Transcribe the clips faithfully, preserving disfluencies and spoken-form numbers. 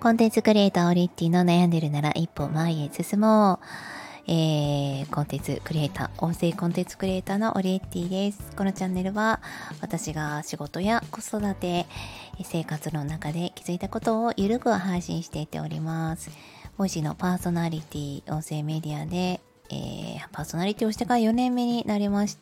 コンテンツクリエイターオリッティの悩んでるなら一歩前へ進もう。えー、コンテンツクリエイター、音声コンテンツクリエイターのオリエッティです。このチャンネルは私が仕事や子育て、生活の中で気づいたことをゆるく配信していっております。ボイシーのパーソナリティ、音声メディアで、えー、パーソナリティをしてからよねんめになりました。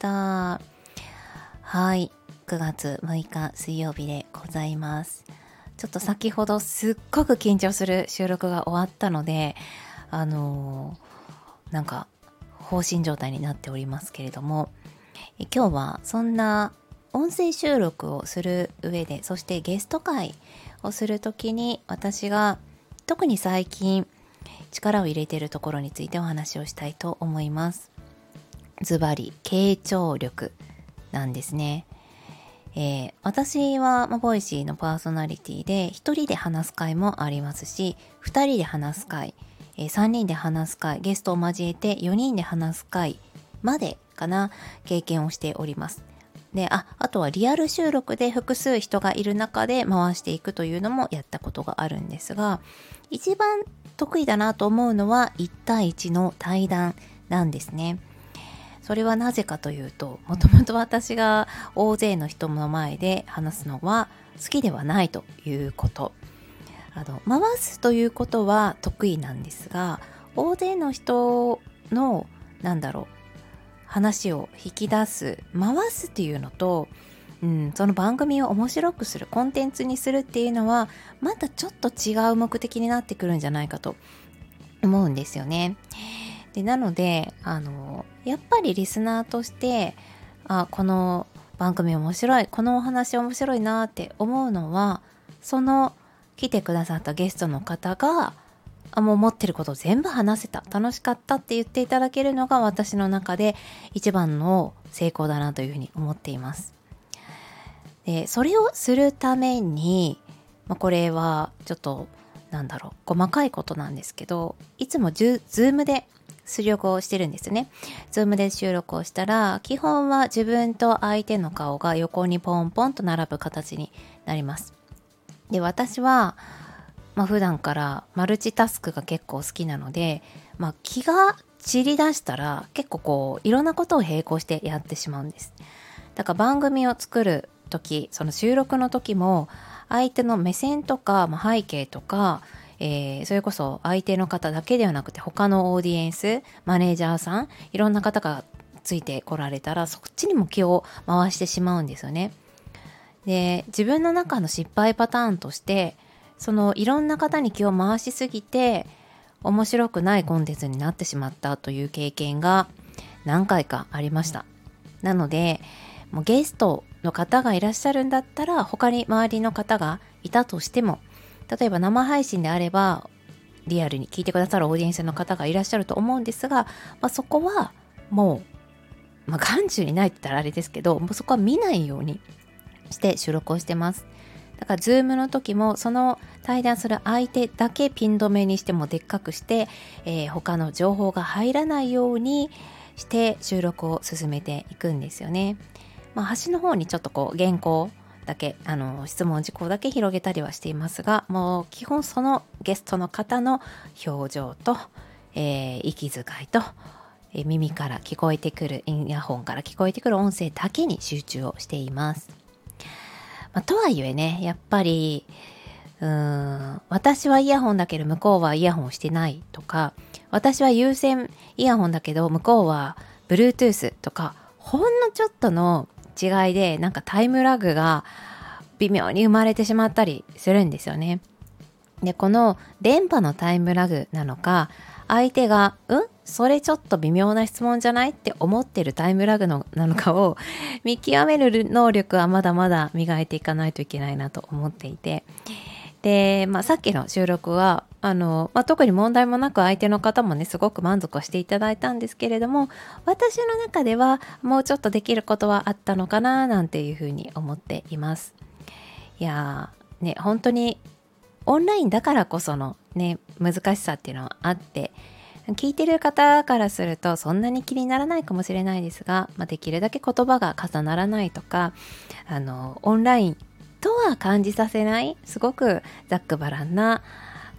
はい、くがつむいか水曜日でございます。ちょっと先ほどすっごく緊張する収録が終わったので、あのーなんか放心状態になっておりますけれども、え今日はそんな音声収録をする上で、そしてゲスト会をするときに私が特に最近力を入れているところについてお話をしたいと思います。ズバリ傾聴力なんですね。えー、私は、まあ、ボイシーのパーソナリティで一人で話す回もありますし、二人で話す回、えー、さんにんで話す回、ゲストを交えてよにんで話す回までかな、経験をしております。で、あ、あとはリアル収録で複数人がいる中で回していくというのもやったことがあるんですが、一番得意だなと思うのはいち対いちの対談なんですね。それはなぜかというと、もともと私が大勢の人の前で話すのは好きではないということ。あの回すということは得意なんですが、大勢の人のなんだろう話を引き出す、回すっていうのと、うん、その番組を面白くする、コンテンツにするっていうのはまたちょっと違う目的になってくるんじゃないかと思うんですよね。でなのであのやっぱりリスナーとしてあこの番組面白い、このお話面白いなって思うのは、その来てくださったゲストの方があもう持ってることを全部話せた、楽しかったって言っていただけるのが私の中で一番の成功だなというふうに思っています。でそれをするために、まあ、これはちょっとなんだろう細かいことなんですけど、いつもズームで出力をしてるんですね。ズームで収録をしたら、基本は自分と相手の顔が横にポンポンと並ぶ形になります。で私は、まあ、普段からマルチタスクが結構好きなので、まあ、気が散り出したら結構こういろんなことを並行してやってしまうんです。だから番組を作る時、その収録の時も相手の目線とか、まあ、背景とか、えー、それこそ相手の方だけではなくて他のオーディエンス、マネージャーさん、いろんな方がついてこられたらそっちにも気を回してしまうんですよね。で自分の中の失敗パターンとして、そのいろんな方に気を回しすぎて面白くないコンテンツになってしまったという経験が何回かありました。なのでもうゲストの方がいらっしゃるんだったら、他に周りの方がいたとしても、例えば生配信であればリアルに聞いてくださるオーディエンスの方がいらっしゃると思うんですが、まあ、そこはもう、まあ、眼中にないって言ったらあれですけど、もうそこは見ないようにして収録をしてます。だからズームの時もその対談する相手だけピン止めにしてもでっかくして、えー、他の情報が入らないようにして収録を進めていくんですよね。まあ、端の方にちょっとこう原稿だけ、あの質問事項だけ広げたりはしていますが、もう基本そのゲストの方の表情と、えー、息遣いと、えー、耳から聞こえてくる、イヤホンから聞こえてくる音声だけに集中をしています。まあ、とはいえね、やっぱりうーん私はイヤホンだけど向こうはイヤホンしてないとか、私は有線イヤホンだけど向こうは Bluetooth とか、ほんのちょっとの違いでなんかタイムラグが微妙に生まれてしまったりするんですよね。でこの電波のタイムラグなのか、相手がうんそれちょっと微妙な質問じゃないって思ってるタイムラグのなのかを見極める能力はまだまだ磨いていかないといけないなと思っていて、で、まあ、さっきの収録はあの、まあ、特に問題もなく相手の方もねすごく満足はしていただいたんですけれども、私の中ではもうちょっとできることはあったのかななんていうふうに思っています。いやーね、本当にオンラインだからこそのね難しさっていうのはあって、聞いてる方からするとそんなに気にならないかもしれないですが、まあ、できるだけ言葉が重ならないとか、あのオンラインとは感じさせない、すごくざっくばらんな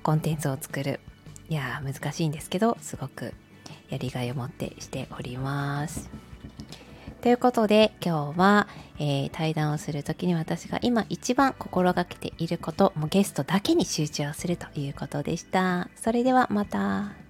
コンテンツを作る。いやー難しいんですけど、すごくやりがいを持ってしております。ということで今日は、えー、対談をするときに私が今一番心がけていること、もうゲストだけに集中をするということでした。それではまた。